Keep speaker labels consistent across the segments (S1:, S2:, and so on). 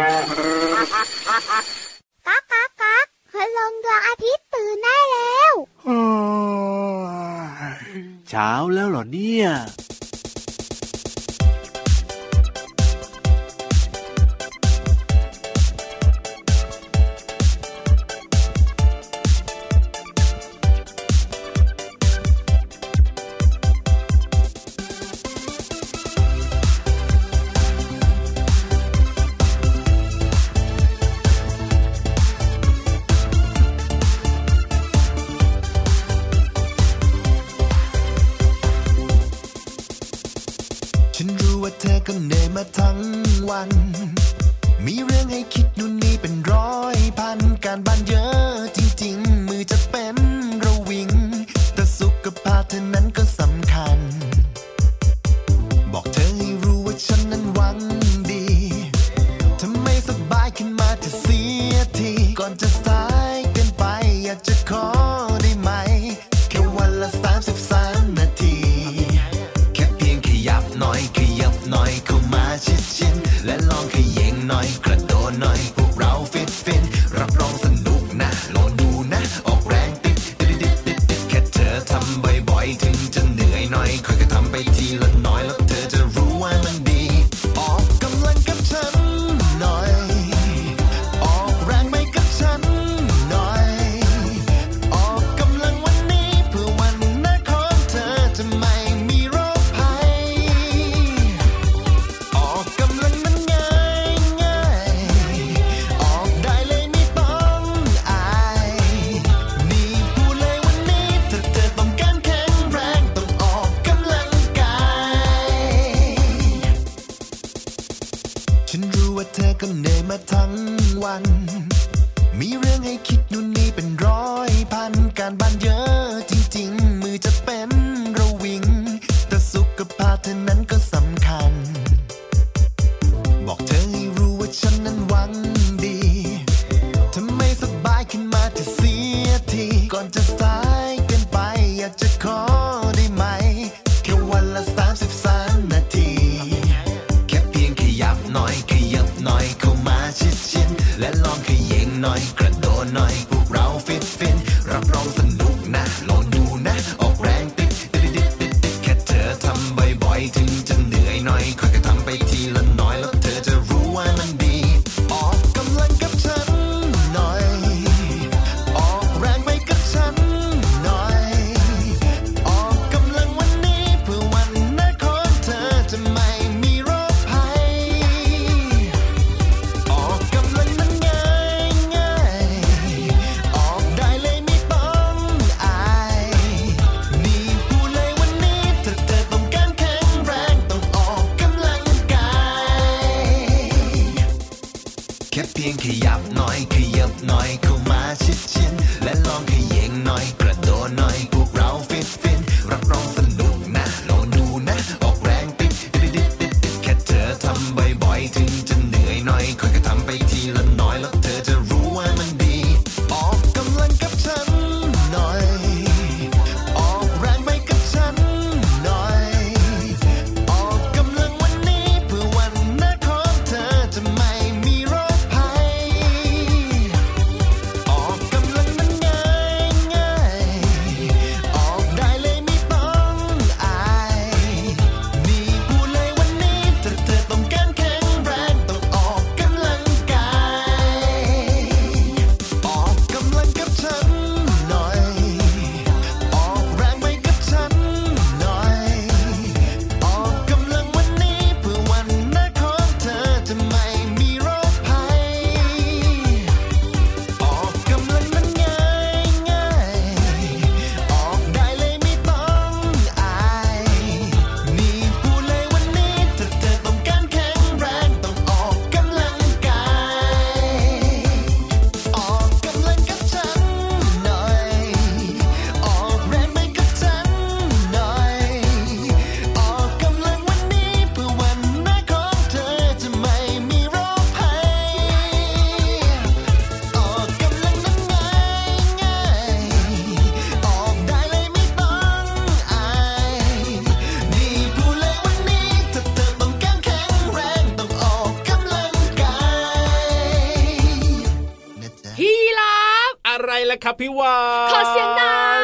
S1: ก๊ากก๊ากก๊ากคืนลงดวงอาทิตย์ตื่นได้แล้ว
S2: เช้าแล้วเหรอเนี่ย
S3: เธอก็เหนื่อยมาทั้งวันมีเรื่องให้คิดนู่นนี่เป็นร้อยพันการบ้านเยอะจริงๆมือจะเป็นระวิงแต่สุขภาพเธอนั้นก็สำคัญบอกเธอให้รู้ว่าฉันนั้นหวังดีถ้าไม่สบายขึ้นมาจะเสียทีก่อนจะสายเกินไปอยากจะขอได้ไหมแค่วันละ33 นาทีแค่เพียงขยับหน่อยเข้ามาชิดและลองขยิงหน่อยกระโดดหน่อยพวกเราฟินรับรองสนุกนะลองดูนะออกแรงติดแค่เธอทำบ่อยๆถึงจะเหนื่อยหน่อยค่อยๆทำไปทีละน้อยแล้วเธอจะรู้ว่ามันดีออกกำลังกับฉันหน่อยออกแรงไปกับฉันหน่อยออกกำลังวันนี้เพื่อวันหน้าของเธอจะไม่มีโรคภัยออกกำลังมันง่ายออกได้เลยไม่ต้องอายนี่พูดเลยวันนี้ถ้าเธอต้องการแข็งแรงต้องออกกำลังกายฉันรู้ว่าเธอก็เหนื่อยมาทั้งวันมีเรื่องให้คิดนู่นนี่เป็นร้อยพันการบ้านเยอะจริงๆมือจะเป็นระวิงแต่สุขภาพเธอนั้นก็สำคัญบอกเธอให้รู้ว่าฉันนั้นหวังดีถ้าไม่สบายขึ้นมาจะเสียทีก่อนจะสายเกินไปอยากจะขอได้ไหมแค่วันละ33 นาทีแค่เพียงขยับหน่อยเข้ามาชิดและลองขยิงหน่อยกระโดดหน่อยพวกเราฟินรับรองสนุกนะลองดูนะออกแรงติดแค่เธอทำบ่อยๆถึงจะเหนื่อยหน่อยค่อยๆทำไปทีละน้อยแล้วเธอจะรู้ว่ามันดีออกกำลังกับฉันหน่อยออกแรงไปกับฉันหน่อยออกกำลังวันนี้เพื่อวันหน้าของเธอจะไม่มีโรคภัยออกกำลังมันง่ายออกได้เลยไม่ต้องอายนี่พูดเลยวันนี้ถ้าเธอต้องการแข็งแรงต้องออกกำลังกายแค่เพียงขยับหน่อยเข้ามาชิดและลองขยิงหน่อยกระโดดหน่อยพวกเราฟินรับรองสนุกนะลองดูนะออกแรงติดแค่เธอทำบ่อยๆถึงจะเหนื่อยหน่อยค่อยๆทำไปทีละน้อยแล้วเธอจะรู้ว่ามันดีออกกำลังกับฉันหน่อยออกแรงไปกับฉันหน่อยออกกำลังวันนี้เพื่อวันหน้าของเธอจะไม่มีโรคภัยออกกำลังมันง่ายออกได้เลยไม่ต้องอายนี่พูดเลยวันนี้ถ้าเธอต้องการแข็งแรงต้องออกกำลัง
S4: อะไรล่ะครับพี่วาน
S5: ขอเสียงหน่อย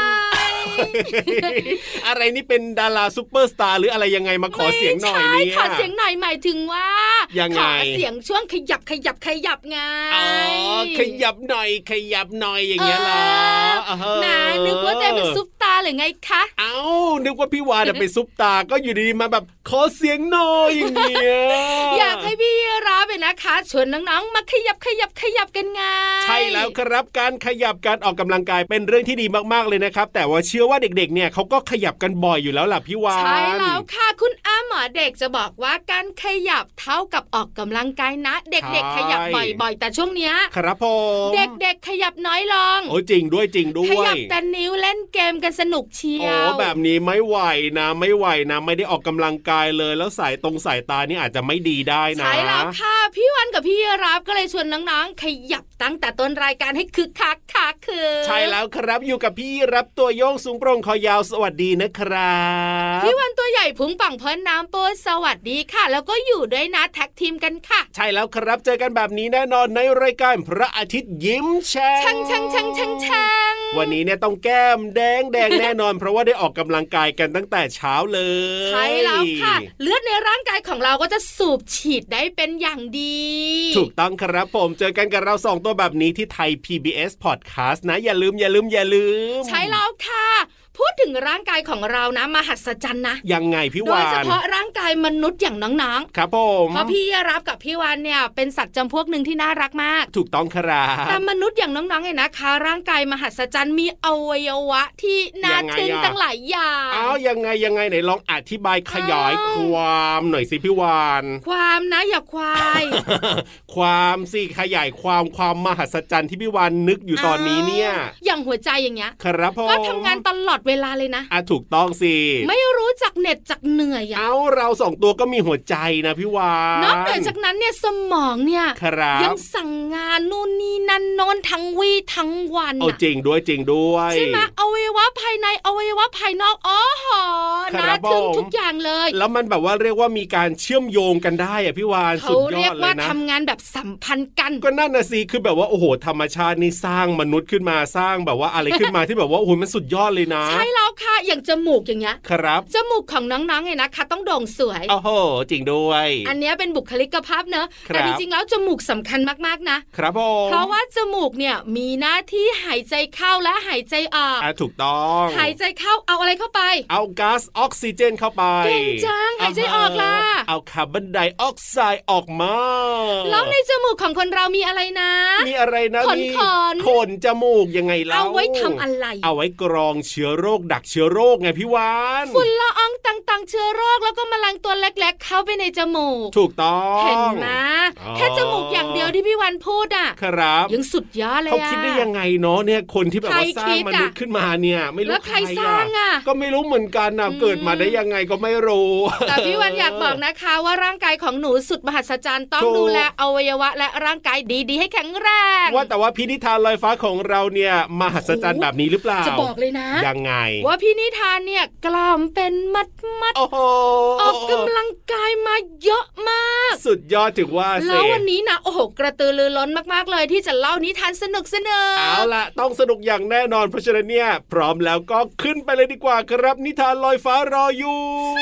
S4: อะไรนี่เป็นดาราซุปเปอร์สตาร์หรืออะไรยังไงมาขอเสียงหน่อยเนี่ย
S5: ขอเสียงหน่อยหมายถึงว่าขอเสียงช่วงขยับไง
S4: ขยับหน่อยอย่างเงี้ยเหรอ
S5: นะนึกว่าแต่เป็นซุปตาหรือไงคะ
S4: นึกว่าพี่วานเป็นซุปตาก็อยู่ดีๆมาแบบขอเสียงหน่อยอย่างเงี้ย
S5: อยากให้พี่รับเป็นนะคะชวนน้องๆมาขยับกันไง
S4: ใช่แล้วครับการขยับการออกกำลังกายเป็นเรื่องที่ดีมากๆเลยนะครับแต่ว่าเชื่อว่าเด็กๆเนี่ยเขาก็ขยับกันบ่อยอยู่แล้วล่ะพี่วาน
S5: ใช่แล้วค่ะคุณอาหมอเด็กจะบอกว่าการขยับเท่ากับออกกำลังกายนะเด็กๆขยับบ่อยๆแต่ช่วงเนี้ย
S4: ครับผม
S5: เด็กๆขยับน้อยลง
S4: จริงด้วยข
S5: ยับแต่นิ้วเล่นเกมกันสนุกเชียว
S4: แบบนี้ไม่ไหวนะไม่ได้ออกกำลังกายเลยแล้วสายตานี่อาจจะไม่ดีได้นะ
S5: ใช่แล้วค่ะพี่วันกับพี่รับก็เลยชวนน้องๆขยับตั้งแต่ต้นรายการให้คึกคัก
S4: ใช่แล้วครับอยู่กับพี่รับตัวโยงสูงโปร่งคอยาวสวัสดีนะครับ
S5: พี่วันตัวใหญ่พุงป่องพ้นน้ำโปสวัสดีค่ะแล้วก็อยู่ด้วยนะแท็กทีมกันค่ะ
S4: ใช่แล้วครับเจอกันแบบนี้แน่นอนในรายการพระอาทิตย์ยิ้มแฉ่งวันนี้เนี่ยต้องแก้มแดงแน่นอนเพราะว่าได้ออกกำลังกายกันตั้งแต่เช้าเลย
S5: ใช่แล้วค่ะเลือดในร่างกายของเราก็จะสูบฉีดได้เป็นอย่างดี
S4: ถูกต้องครับผมเจอกันกับเรา2ตัวแบบนี้ที่ไทย PBS Podcast นะอย่าลืม
S5: ใช่แล้วค่ะพูดถึงร่างกายของเรานะมหัศจรรย์นะ
S4: ยังไงพี่วาน
S5: โดยเฉพาะร่างกายมนุษย์อย่างน้อง
S4: ๆครับผม
S5: เพราะพี่รับกับพี่วานเนี่ยเป็นสัตว์จำพวกหนึ่งที่น่ารักมาก
S4: ถูกต้องครับ
S5: แต่มนุษย์อย่างน้องๆเนี่ยนะคะร่างกายมหัศจรรย์มีอวัยวะที่น่าทึ่งตั้งหลายอย่าง
S4: ยังไงไหนลองอธิบายขยายความหน่อยสิพี่วาน
S5: ความนะอย่าควาย
S4: ความสิขยายความมหัศจรรย์ที่พี่วานนึกอยู่ตอนนี้เนี่ย
S5: อย่างหัวใจอย่างเงี้ย
S4: ครับผม
S5: ก็ทำงานตลอดเวลาเลยนะ
S4: ถูกต้องสิ
S5: ไม่รู้จักเหน็ดจักเหนื่อย
S4: เรา2ตัวก็มีหัวใจนะพี่วาน
S5: นอกจากนั้นเนี่ยสมองเนี่ยยังสั่งงานนู่นนี่นั่นโน้นทั้งวี่ทั้งวัน
S4: จริงด้วย
S5: ใช่ไหมอวัยวะภายในอวัยวะภายนอกน่าทึ่งทุกอย่างเลย
S4: แล้วมันแบบว่าเรียกว่ามีการเชื่อมโยงกันได้พี่วานสุดยอดเลยนะเขาเรียกว่า
S5: ทำงานแบบสัมพันธ์กัน
S4: ก็นั่นน่ะสิคือแบบว่าโอ้โหธรรมชาตินี่สร้างมนุษย์ขึ้นมาสร้างแบบว่าอะไรขึ้นมาที่แบบว่าโอ้โหมันสุดยอดเลยนะ
S5: ใช่แล้วค่ะอย่างจมูกอย่างเงี้ย
S4: ครับ
S5: จมูกของน้องๆเนี่ยนะคะต้องโด่งสวย
S4: โอ้โหจริงด้วย
S5: อันนี้เป็นบุคลิกภาพเนอะแต่จริงๆแล้วจมูกสำคัญมากๆนะครับ
S4: ผม
S5: เพราะว่าจมูกเนี่ยมีหน้าที่หายใจเข้าและหายใจออก
S4: ถูกต้อง
S5: หายใจเข้าเอาอะไรเข้าไป
S4: เอาก๊าซออกซิเจนเข้าไป
S5: เก่งจังหายใจออกล่ะ
S4: เอาคาร์บอนไดออกไซด์ออกมา
S5: แล้วในจมูกของคนเรามีอะไรนะ
S4: มีอะไรนะขนจมูกยังไงเล่า
S5: เอาไว้ทำอะไร
S4: เอาไว้กรองเชื้อโรคดักเชื้อโรคไงพี่วาน
S5: ฝุ่นละอองต่างๆเชื้อโรคแล้วก็แมลงตัวเล็กๆเข้าไปในจมูก
S4: ถูกต้อง
S5: เห็นไหมแค่จมูกอย่างเดียวที่พี่วานพูด
S4: ครับ
S5: ยังสุดยอดเลย
S4: เขาคิดได้ยังไงเนาะเนี่ยคนที่แบบว่าสร้างมนุษย์ขึ้นมาเนี่ยไม่รู้
S5: ใครสร้าง
S4: ก็ไม่รู้เหมือนกันนะเกิดมาได้ยังไงก็ไม่รู้
S5: แต่พี่วันอยากบอกนะคะว่าร่างกายของหนูสุดมหัศจรรย์ต้องดูแลอวัยวะและร่างกายดีๆให้แข็งแรง
S4: ว่าแต่ว่าพี่นิทานลอยฟ้าของเราเนี่ยมหัศจรรย์แบบนี้หรือเปล่า
S5: จะบอกเลยนะ
S4: ยังไง
S5: ว่าพี่นิทานเนี่ยกล้ามเป็นมัด
S4: โอ้โห
S5: ออกกำลังกายมาเยอะมาก
S4: สุดยอดถึงว่า
S5: แล้ววันนี้นะโอ้โหกระตือรือร้นมากๆเลยที่จะเล่านิทานสนุก
S4: เอาล่ะต้องสนุกอย่างแน่นอนเพราะฉะนั้นเนี่ยพร้อมแล้วก็ขึ้นไปเลยดีกว่าครับนิทานลอยฟ้ารออยู่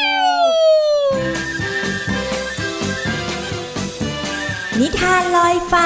S6: นิทานลอยฟ้า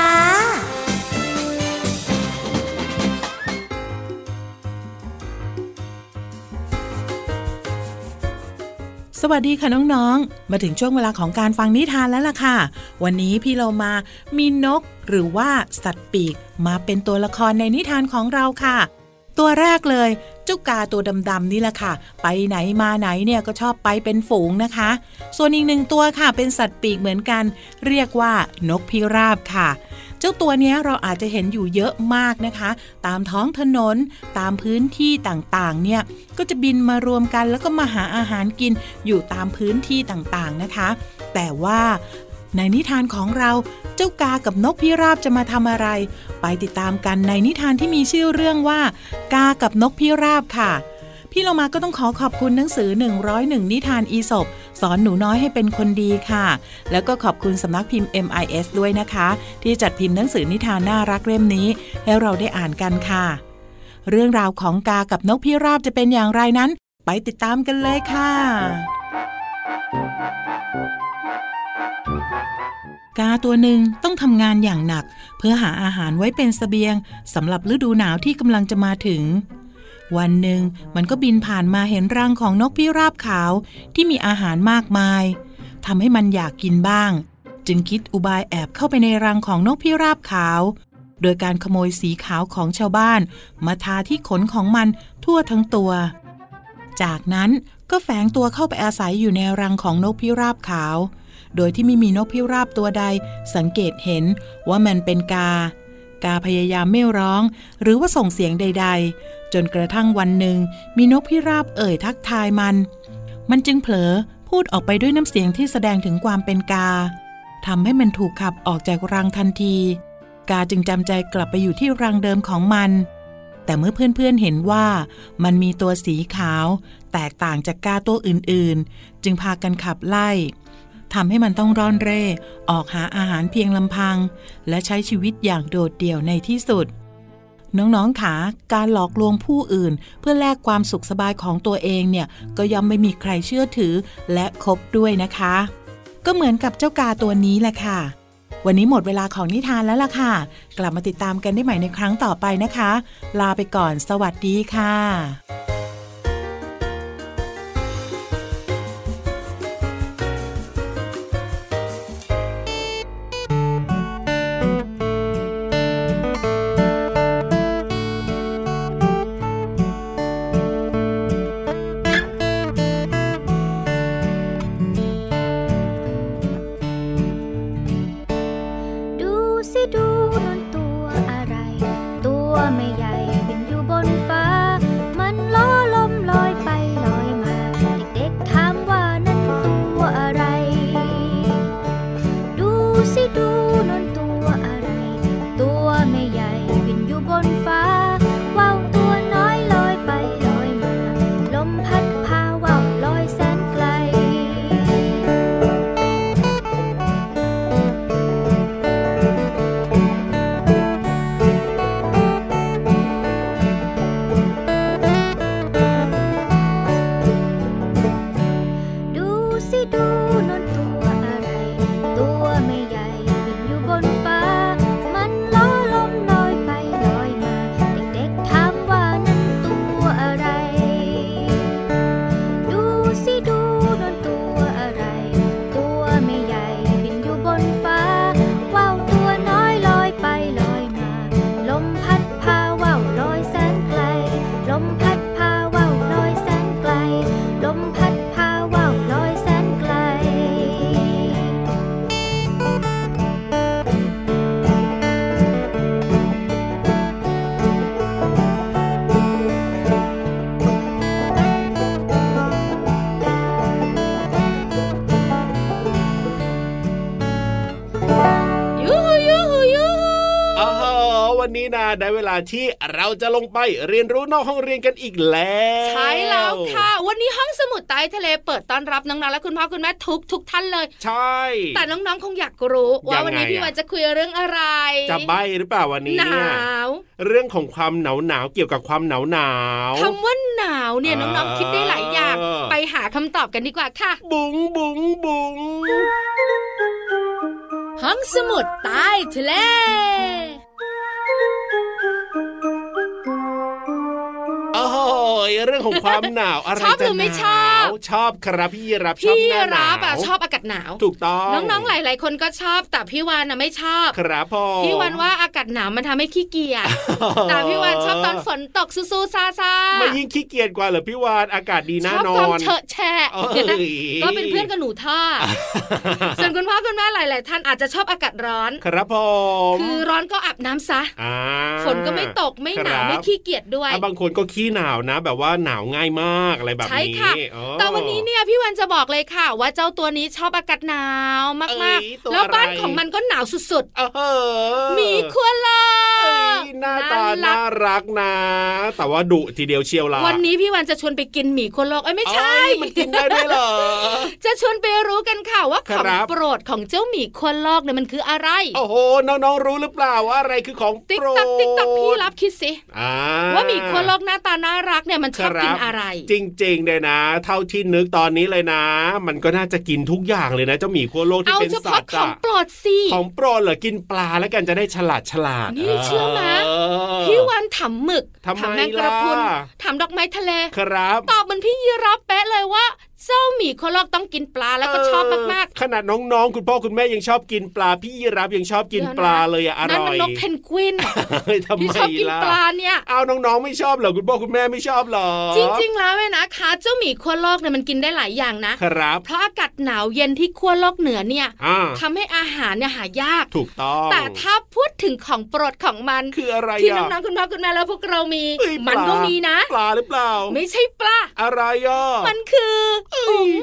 S7: สวัสดีค่ะน้องๆมาถึงช่วงเวลาของการฟังนิทานแล้วล่ะค่ะวันนี้พี่เรามามีนกหรือว่าสัตว์ปีกมาเป็นตัวละครในนิทานของเราค่ะตัวแรกเลยเจ้ากาตัวดำๆนี่แหละค่ะไปไหนมาไหนเนี่ยก็ชอบไปเป็นฝูงนะคะส่วนอีกหนึ่งตัวค่ะเป็นสัตว์ปีกเหมือนกันเรียกว่านกพิราบค่ะเจ้าตัวนี้เราอาจจะเห็นอยู่เยอะมากนะคะตามท้องถนนตามพื้นที่ต่างๆเนี่ยก็จะบินมารวมกันแล้วก็มาหาอาหารกินอยู่ตามพื้นที่ต่างๆนะคะแต่ว่าในนิทานของเราเจ้ากากับนกพิราบจะมาทำอะไรไปติดตามกันในนิทานที่มีชื่อเรื่องว่ากากับนกพิราบค่ะพี่เรามาก็ต้องขอบคุณหนังสือ101นิทานอีสปสอนหนูน้อยให้เป็นคนดีค่ะแล้วก็ขอบคุณสำนักพิมพ์ MIS ด้วยนะคะที่จัดพิมพ์หนังสือนิทานน่ารักเล่มนี้ให้เราได้อ่านกันค่ะเรื่องราวของกากับนกพิราบจะเป็นอย่างไรนั้นไปติดตามกันเลยค่ะกาตัวหนึ่งต้องทำงานอย่างหนักเพื่อหาอาหารไว้เป็นเสบียงสำหรับฤดูหนาวที่กำลังจะมาถึงวันหนึ่งมันก็บินผ่านมาเห็นรังของนกพิราบขาวที่มีอาหารมากมายทำให้มันอยากกินบ้างจึงคิดอุบายแอบเข้าไปในรังของนกพิราบขาวโดยการขโมยสีขาวของชาวบ้านมาทาที่ขนของมันทั่วทั้งตัวจากนั้นก็แฝงตัวเข้าไปอาศัยอยู่ในรังของนกพิราบขาวโดยที่ไม่มีนกพิราบตัวใดสังเกตเห็นว่ามันเป็นกาพยายามไม่ร้องหรือว่าส่งเสียงใดๆจนกระทั่งวันหนึ่งมีนกพิราบเอ่ยทักทายมันจึงเผลอพูดออกไปด้วยน้ำเสียงที่แสดงถึงความเป็นกาทำให้มันถูกขับออกจากรังทันทีกาจึงจำใจกลับไปอยู่ที่รังเดิมของมันแต่เมื่อเพื่อนๆเห็นว่ามันมีตัวสีขาวแตกต่างจากกาตัวอื่นๆจึงพากันขับไล่ทำให้มันต้องร่อนเร่ออกหาอาหารเพียงลำพังและใช้ชีวิตอย่างโดดเดี่ยวในที่สุดน้องๆขาการหลอกลวงผู้อื่นเพื่อแลกความสุขสบายของตัวเองเนี่ยก็ย่อมไม่มีใครเชื่อถือและคบด้วยนะคะก็เหมือนกับเจ้ากาตัวนี้แหละค่ะวันนี้หมดเวลาของนิทานแล้วล่ะค่ะกลับมาติดตามกันได้ใหม่ในครั้งต่อไปนะคะลาไปก่อนสวัสดีค่ะ
S4: ได้เวลาที่เราจะลงไปเรียนรู้นอกห้องเรียนกันอีกแล้ว
S5: ใช่แล้วค่ะวันนี้ห้องสมุดใต้ทะเลเปิดต้อนรับน้องๆและคุณพ่อคุณแม่ทุกท่านเลย
S4: ใช่
S5: แต่น้องๆคงอยากรู้ว่าวันนี้พี่วันจะคุยเรื่องอะไร
S4: จะใบ้หรือเปล่าวันนี้เนี่ย
S5: หนาว
S4: เรื่องของความหนาวเกี่ยวกับความหนาว
S5: คำว่าหนาวเนี่ยน้องๆคิดได้หลายอย่างไปหาคำตอบกันดีกว่าค่ะ
S4: บุ๋งบุ๋งบุ๋ง
S5: ห้องสมุดใต้ทะเล
S4: โอ้ยเรื่องของความหนาวอะไรจะหนาวชอบหรือไม่ชอบชอบครับพี่รับชอบหน้าหนาว
S5: ชอบอากาศหนาว
S4: ถูกต้อง
S5: น้องๆหลายๆคนก็ชอบแต่พี่วานน่ะไม่ชอบ
S4: ครับพ่อ
S5: พี่วานว่าอากาศหนาวมันทำให้ขี้เกียจแต่พี่วานชอบตอนฝนตกซูๆซาๆ
S4: ไม่ยิ่งขี้เกียจกว่าเหรอพี่วานอากาศดีน่านอน
S5: ชอบความเฉอะแฉะก็เป็นเพื่อนกับหนูท่าส่วนคุณพ่อคุณแม่หลายๆท่านอาจจะชอบอากาศร้อน
S4: ครับผม
S5: คือร้อนก็อาบน้ำซะฝนก็ไม่ตกไม่หนาวไม่ขี้เกียจด้วย
S4: บางคนก็ขี้หนาวนะแบบว่าหนาวง่ายมากอะไรแบบนี้ใช่ค่ะ
S5: แต่วันนี้เนี่ยพี่วันจะบอกเลยค่ะว่าเจ้าตัวนี้ชอบอากาศหนาวมากๆแล้วบ้านของมันก็หนาวสุดๆมีขั้วโลก
S4: หน้าตาน่ารักนะแต่ว่าดุทีเดียวเชียวล่ะ
S5: วันนี้พี่วันจะชวนไปกินหมี่โคโลกไม่ใช่
S4: มันกินได้ด้วยเหรอ
S5: จะชวนไปรู้กันค่ะว่าของโปรดของเจ้าหมี่โคโลกเนี่ยมันคืออะไร
S4: โอ้โหน้องๆรู้หรือเปล่าว่าอะไรคือของโปรด
S5: ติ๊กตักพี่รับคิดสิว่าหมี่โคโลกหน้าตาน่ารักเนี่ยมันชอบกินอะไร
S4: จริงๆเลยนะเท่าที่นึกตอนนี้เลยนะมันก็น่าจะกินทุกอย่างเลยนะเจ้าหมี่โคโลกที่เป็นสัตว์
S5: ของโปรดสิ
S4: ของโปรดเหรอกินปลาแล้วกันจะได้ฉลาด
S5: นี่เชื่อไหมพี่วันถามหมึกถามแมงกระพรุนถามดอกไม้ทะเล
S4: ครับ
S5: ตอบเหมือนพี่ยีรับเป๊ะเลยว่าเจ้าหมี่โคโลกต้องกินปลาแล้วก็ชอบมาก
S4: ๆขนาดน้องๆคุณพ่อคุณแม่ยังชอบกินปลาพี่ยีรับยังชอบกินปลาเลยอร่อยนั่น
S5: มันนกเพนกวินที่ชอบกินปลาเนี่ย
S4: เอาน้องๆไม่ชอบเหรอคุณพ่อคุณแม่ไม่ชอบเหรอ
S5: จริงๆแล้วเว้ยนะคะเจ้าหมี่โคโลกเนี่ยมันกินได้หลายอย่างนะครับเพราะอากาศหนาวเย็นที่ขั้วโลกเหนือเนี่ยทำให้อาหารเนี่ยหายาก
S4: ถูกต้อง
S5: แต่ถ้าพูดถึงของโปรดของมัน
S4: คืออะไร
S5: ที่น้องๆคุณพ่อคุณแม่แล้วพวกเรามีมันก็มีนะ
S4: ปลาหรือเปล่า
S5: ไม่ใช่ปลา
S4: อะไร
S5: มันคืออุ๋ง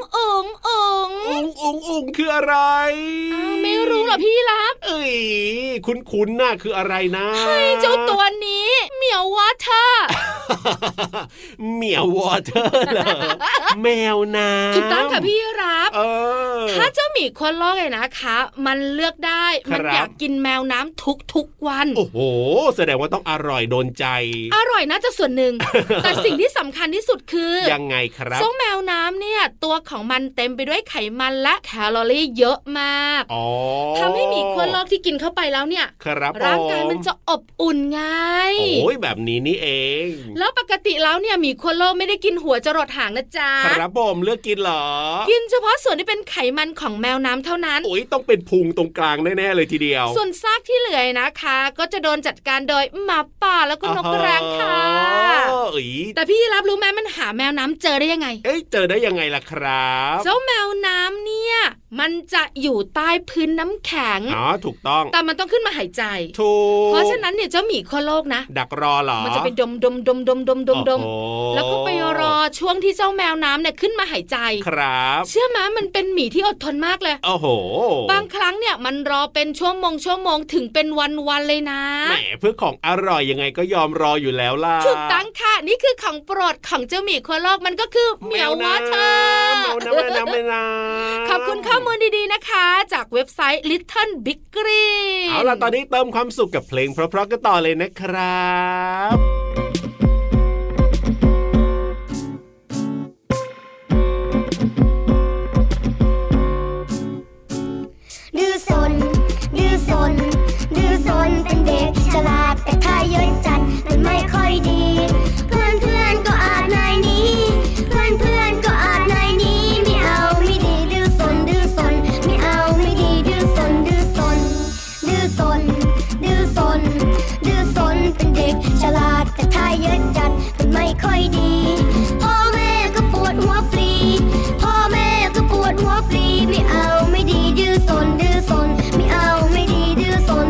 S4: คืออะไร
S5: ไม่รู้หรอพี่รับ
S4: คุ้นๆน่ะคืออะไรนะ
S5: เจ้าตัวนี้เหมียววอเตอร์
S4: เหมียววอเตอร์เหรอแมวน้ำ
S5: ถูกต้องค่ะพี่รับถ้าเจ้าหมีโคโลกเลยนะคะมันเลือกได้มันอยากกินแมวน้ำทุกวัน
S4: โอ้โหแสดงว่าต้องอร่อยโดนใจ
S5: อร่อยน่าจะส่วนหนึ่ง แต่สิ่งที่สำคัญที่สุดคือ
S4: ยังไงครับ
S5: เจ้าแมวน้ำเนี่ยตัวของมันเต็มไปด้วยไขมันและแคลอรี่เยอะมากทำให้หมีโคโลกที่กินเข้าไปแล้วเนี่ยร่างกายมันจะอบอุ่นไง
S4: โอ้ยแบบนี้นี่เอง
S5: แล้วปกติแล้วเนี่ยหมีโคโลกไม่ได้กินหัวจรดหางนะจ๊ะ
S4: ครับผมเลือกกินเหรอ
S5: กินเฉพาะส่วนที่เป็นไขมันของแมวน้ำเท่านั้น
S4: โอ้ยต้องเป็นพุงตรงกลางแน่ๆเลยทีเดียว
S5: ส่วนซากที่เหลือนะคะก็จะโดนจัดการโดยหมาป่าแล้วก็นกกระแร้งค่ะแต่พี่รับรู้ไหมมันหาแมวน้ำเจอได้ยังไง
S4: เจอได้ยังไงล่ะครับ
S5: เจ้าแมวน้ำเนี่ยมันจะอยู่ใต้พื้นน้ำแข็ง
S4: ถูกต้อง
S5: แต่มันต้องขึ้นมาหายใจ
S4: ถูก
S5: เพราะฉะนั้นเนี่ยเจ้าหมีโคโลกนะ
S4: ดักรอเหรอ
S5: มันจะไปดมแล้วก็ไปรอช่วงที่เจ้าแมวน้ำเนี่ยขึ้นมาหายใจ
S4: ครับ
S5: เชื่อไหมมันเป็นหมีที่อดทนมากเลย
S4: โอ้โห
S5: บางครั้งเนี่ยมันรอเป็นชั่วโมงถึงเป็นวันเลยนะ
S4: แหมเพื่อของอร่อยยังไงก็ยอมรออยู่แล้วล่ะ
S5: ถูกต้องค่ะนี่คือของโปรดของเจ้าหมีโคโลกมันก็คือเหมียววอเตอร์ขอบคุณข้อมูลดีๆนะคะจากเว็บไซต์ Little Big Green
S4: เอาล่ะตอนนี้เติมความสุขกับเพลงเพราะๆกันต่อเลยนะครับ
S1: ดื้อซนเป็นเด็กฉลาดแต่ถ้าเยอะจัดมันไม่ค่อยดีเพื่อนก็อาจนายนี้เพื่อนก็อาจนายนี้ไม่เอาไม่ดีดื้อซนไม่เอาไม่ดีดื้อซนเป็นเด็กฉลาดแต่ถ้าเยอะจัดมันไม่ค่อยดีพ่อแม่ก็ปวดหัวฟรีไม่เอาไม่ดีดื้อซนไม่เอาไม่ดีดื้อซน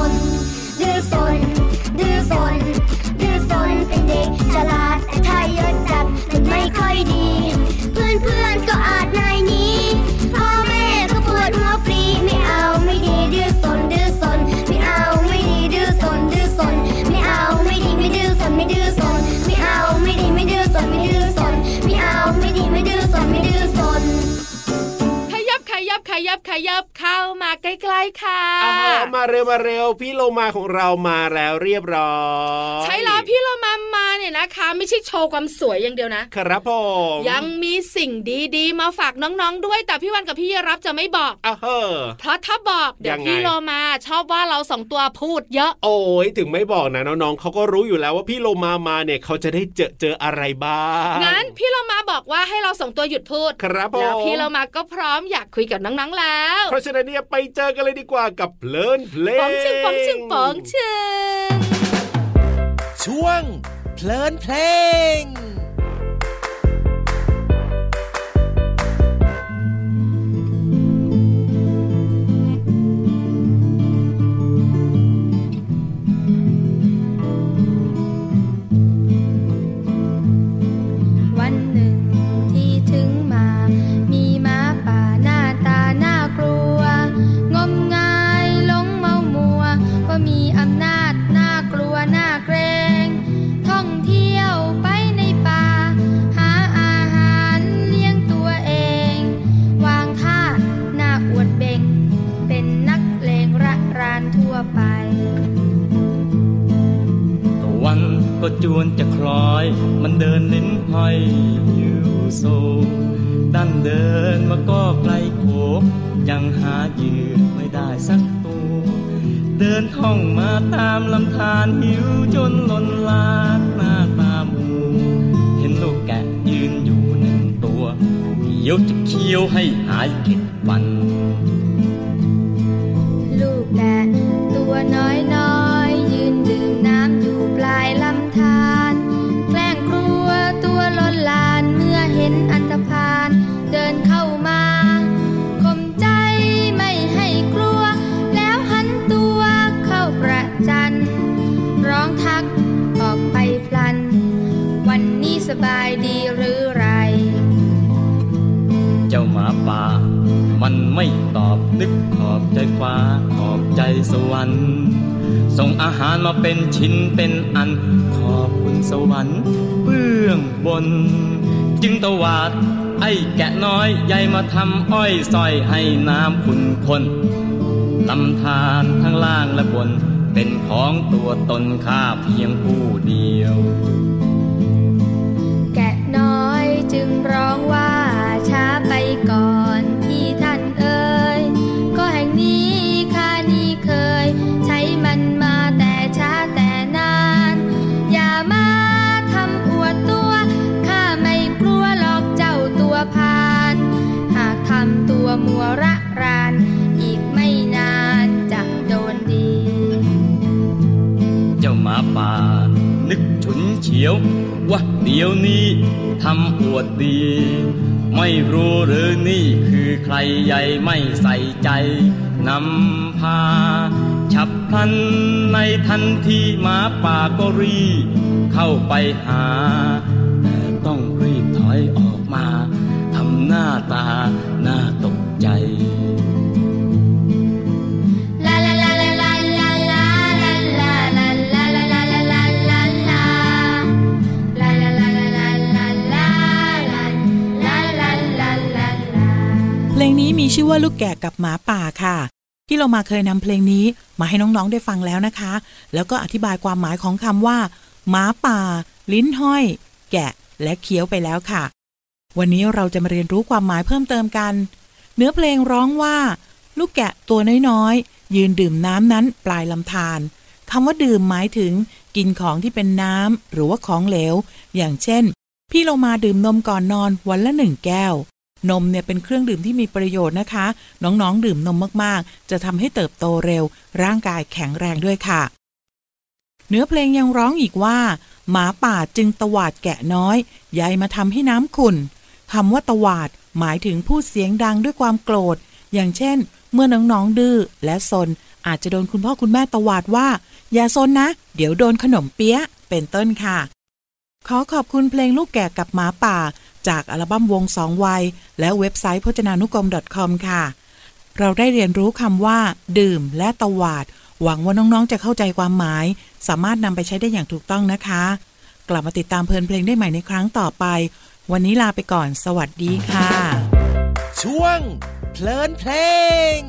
S1: เป็นเด็กฉลาดแต่ถ้าเยอะจัดมันไม่ค่อยดีเพื่อนก็อาจนายนี้พ่อแม่ก็ปวดหัวฟรีไม่เอาไม่ดีดื้อซนไม่เอาไม่ดีดื้อซนไม่เอาไม่ดีไม่ดื้อซนไม่เอาไม่ดีไม่ดื้อซนไม่เอาไม่ดีไม่ดื้อซน
S5: ขยับเข้ามาใกล้ๆค่ะ
S4: มาเร็วพี่โลมาของเรามาแล้วเรียบร้อย
S5: ใช่แล้วพี่โลมาเนี่ยนะคะไม่ใช่โชว์ความสวยอย่างเดียวนะครับ
S4: ผม
S5: ยังมีสิ่งดีๆมาฝากน้องๆด้วยแต่พี่วันกับพี่รับจะไม่บอกเพราะถ้าบอกเดี๋ยวพี่โลมาชอบว่าเรา2ตัวพูดเยอะ
S4: โอ้ยถึงไม่บอกนะน้องๆเขาก็รู้อยู่แล้วว่าพี่โลมาเนี่ยเขาจะได้เจออะไรบ้าง
S5: งั้นพี่โลมาบอกว่าให้เรา2ตัวหยุดพูด
S4: ครับผม
S5: แล้วพี่โลมาก็พร้อมอยากคุยกับน้องๆแล้ว
S4: เพราะฉะนั้นเนี่ยไปเจอกันเลยดีกว่ากับเพลินเพลง
S5: ป๋องชึง
S8: ช่วงเพลินเพลง
S9: มีอำนาจน่ากลัวก็จวนจะคล้อยมันเดินลิ้นห้อยหิวโซดันเดินมาก็ไกลโขยังหาเหยื่อไม่ได้สักตัวเดินท่องมาตามลำธารหิวจนล้นลากหน้าตาหมูเห็นลูกแกะยืนอยู่หนึ่งตัวเดี๋ยวจะเคี้ยวให้หายเข็ดฟัน
S1: ลูกแกะตัวน้อยๆยืนดื่มน้ำอยู่ปลายลำธารแกล้งกลัวตัวล้นลานเมื่อเห็นอันธพาลเดินเข้ามาข่มใจไม่ให้กลัวแล้วหันตัวเข้าประจันร้องทักออกไปพลันวันนี้สบายดีหรือไร
S9: เจ้าหมาป่ามันไม่ตอบนึกขอบใจฟ้าขอบใจสวรรค์ส่งอาหารมาเป็นชิ้นเป็นอันขอบคุณสวรรค์เบื้องบนจึงตวาดไอ้แกะน้อยใหญ่มาทำอ้อยซอยให้น้ำขุ่นข้นลำธารทั้งล่างและบนเป็นของตัวตนข้าเพียงผู้เดียว
S1: แกะน้อยจึงร้องว่าช้าไปก่อนพี่ท่านเอ๋ยก็แห่งนี้ข้านี่เคยใช้มันมาแต่ช้าแต่นานอย่ามาทำอวดตัวข้าไม่กลัวหรอกเจ้าตัวพานหากทำตัวมัวระรานอีกไม่นานจะโดนดี
S9: เจ้าหมาป่านึกฉุนเฉียวว่าเดี๋ยวนี้ทำอวดดีไม่รู้หรือนี่คือใครใหญ่ไม่ใส่ใจนำพาฉับพลันในทันทีหมาป่าก็รีบเข้าไปหาแต่ต้องรีบถอยออกมาทำหน้าตาน่าตกใจ
S7: เพลงนี้มีชื่อว่าลูกแกะกับหมาป่าค่ะที่เรามาเคยนำเพลงนี้มาให้น้องๆได้ฟังแล้วนะคะแล้วก็อธิบายความหมายของคำว่าหมาป่าลิ้นห้อยแกะและเคี้ยวไปแล้วค่ะวันนี้เราจะมาเรียนรู้ความหมายเพิ่มเติมกันเนื้อเพลงร้องว่าลูกแกะตัวน้อยๆยืนดื่มน้ำนั้นปลายลำธารคำว่าดื่มหมายถึงกินของที่เป็นน้ำหรือว่าของเหลวอย่างเช่นพี่เรามาดื่มนมก่อนนอนวันละ1 แก้วนมเนี่ยเป็นเครื่องดื่มที่มีประโยชน์นะคะน้องๆดื่มนมมากๆจะทำให้เติบโตเร็วร่างกายแข็งแรงด้วยค่ะเนื้อเพลงยังร้องอีกว่าหมาป่าจึงตวาดแกะน้อยใยมาทำให้น้ำขุ่นคำว่าตวาดหมายถึงพูดเสียงดังด้วยความโกรธอย่างเช่นเมื่อน้องๆดื้อและซนอาจจะโดนคุณพ่อคุณแม่ตวาดว่าอย่าซนนะเดี๋ยวโดนขนมเปี๊ยะเป็นต้นค่ะขอขอบคุณเพลงลูกแกะกับหมาป่าจากอัลบั้มวง2 วัยและเว็บไซต์พจนานุกรม .com ค่ะเราได้เรียนรู้คำว่าดื่มและตวาดหวังว่าน้องๆจะเข้าใจความหมายสามารถนำไปใช้ได้อย่างถูกต้องนะคะกลับมาติดตามเพลินเพลงได้ใหม่ในครั้งต่อไปวันนี้ลาไปก่อนสวัสดีค่ะ
S8: ช่วงเพลินเพลง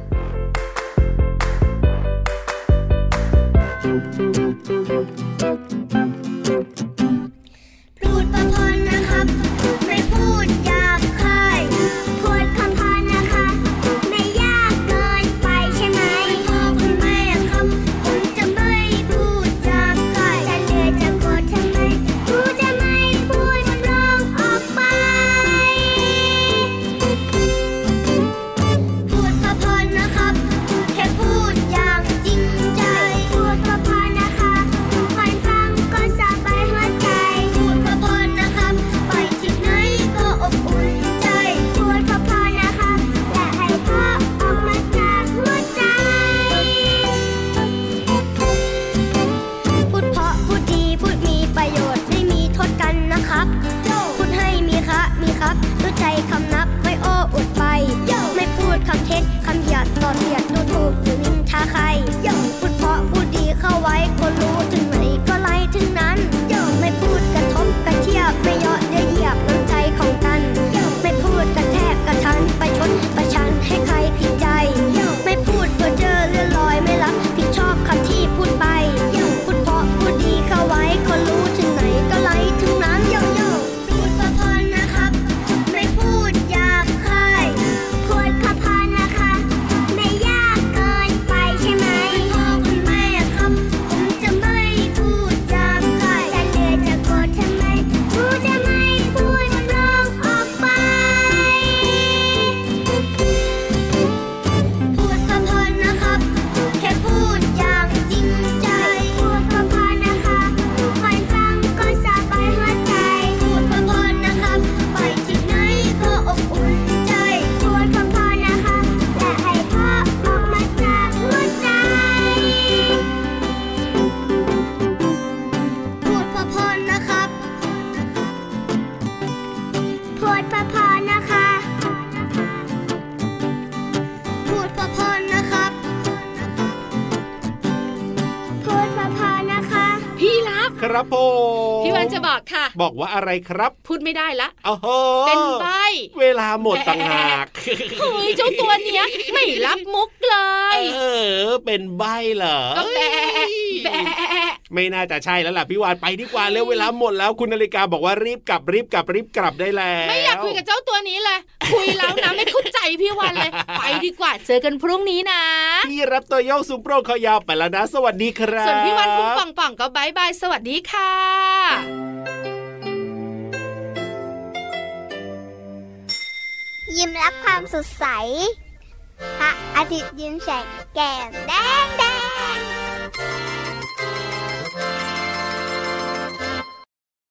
S1: พูดประพนนะครับไม่พูดหยาบคายพูดคำพอนนะคะไม่ยากเกินไปใช่ไหมพ่อคุณแม่ครับผมจะไม่พูดหยาบคายจะเหลือจะโกรธทำไมครูจะไม่พูดร้องออกไปพูดประพนนะครับแค่พูดอย่างจริงใจพูดประพนนะคะ
S4: ครับผม
S5: พี่วันจะบอกค่ะ
S4: บอกว่าอะไรครับ
S5: พูดไม่ได้ละ
S4: เป็น
S5: ใบ้
S4: เวลาหมดต่างหาก
S5: เฮ้ยเจ้าตัวเนี้ยไม่รับมุกเลย
S4: เป็นใบ้เหรอ
S5: ก็แบะ
S4: ไม่น่าจะใช่แล้วล่ะพี่วานไปดีกว่าเร็วเวลาหมดแล้วคุณนาฬิกาบอกว่ารีบกลับได้แล้ว
S5: ไม่อยากคุยกับเจ้าตัวนี้เลยคุยแล้วนะไม่เข้าใจพี่วานเลยไปดีกว่าเจอกันพรุ่งนี้นะ
S4: พี่รับตัวโยกสูงโปร่งคอยาวไปแล้วนะสวัสดีครับ
S5: ส่วนพี่วานพุ่งป่องก็บายบายสวัสดีค่ะ
S1: ยิ้มรับความสดใสพระอาทิตย์ยิ้มแฉกแก้มแดง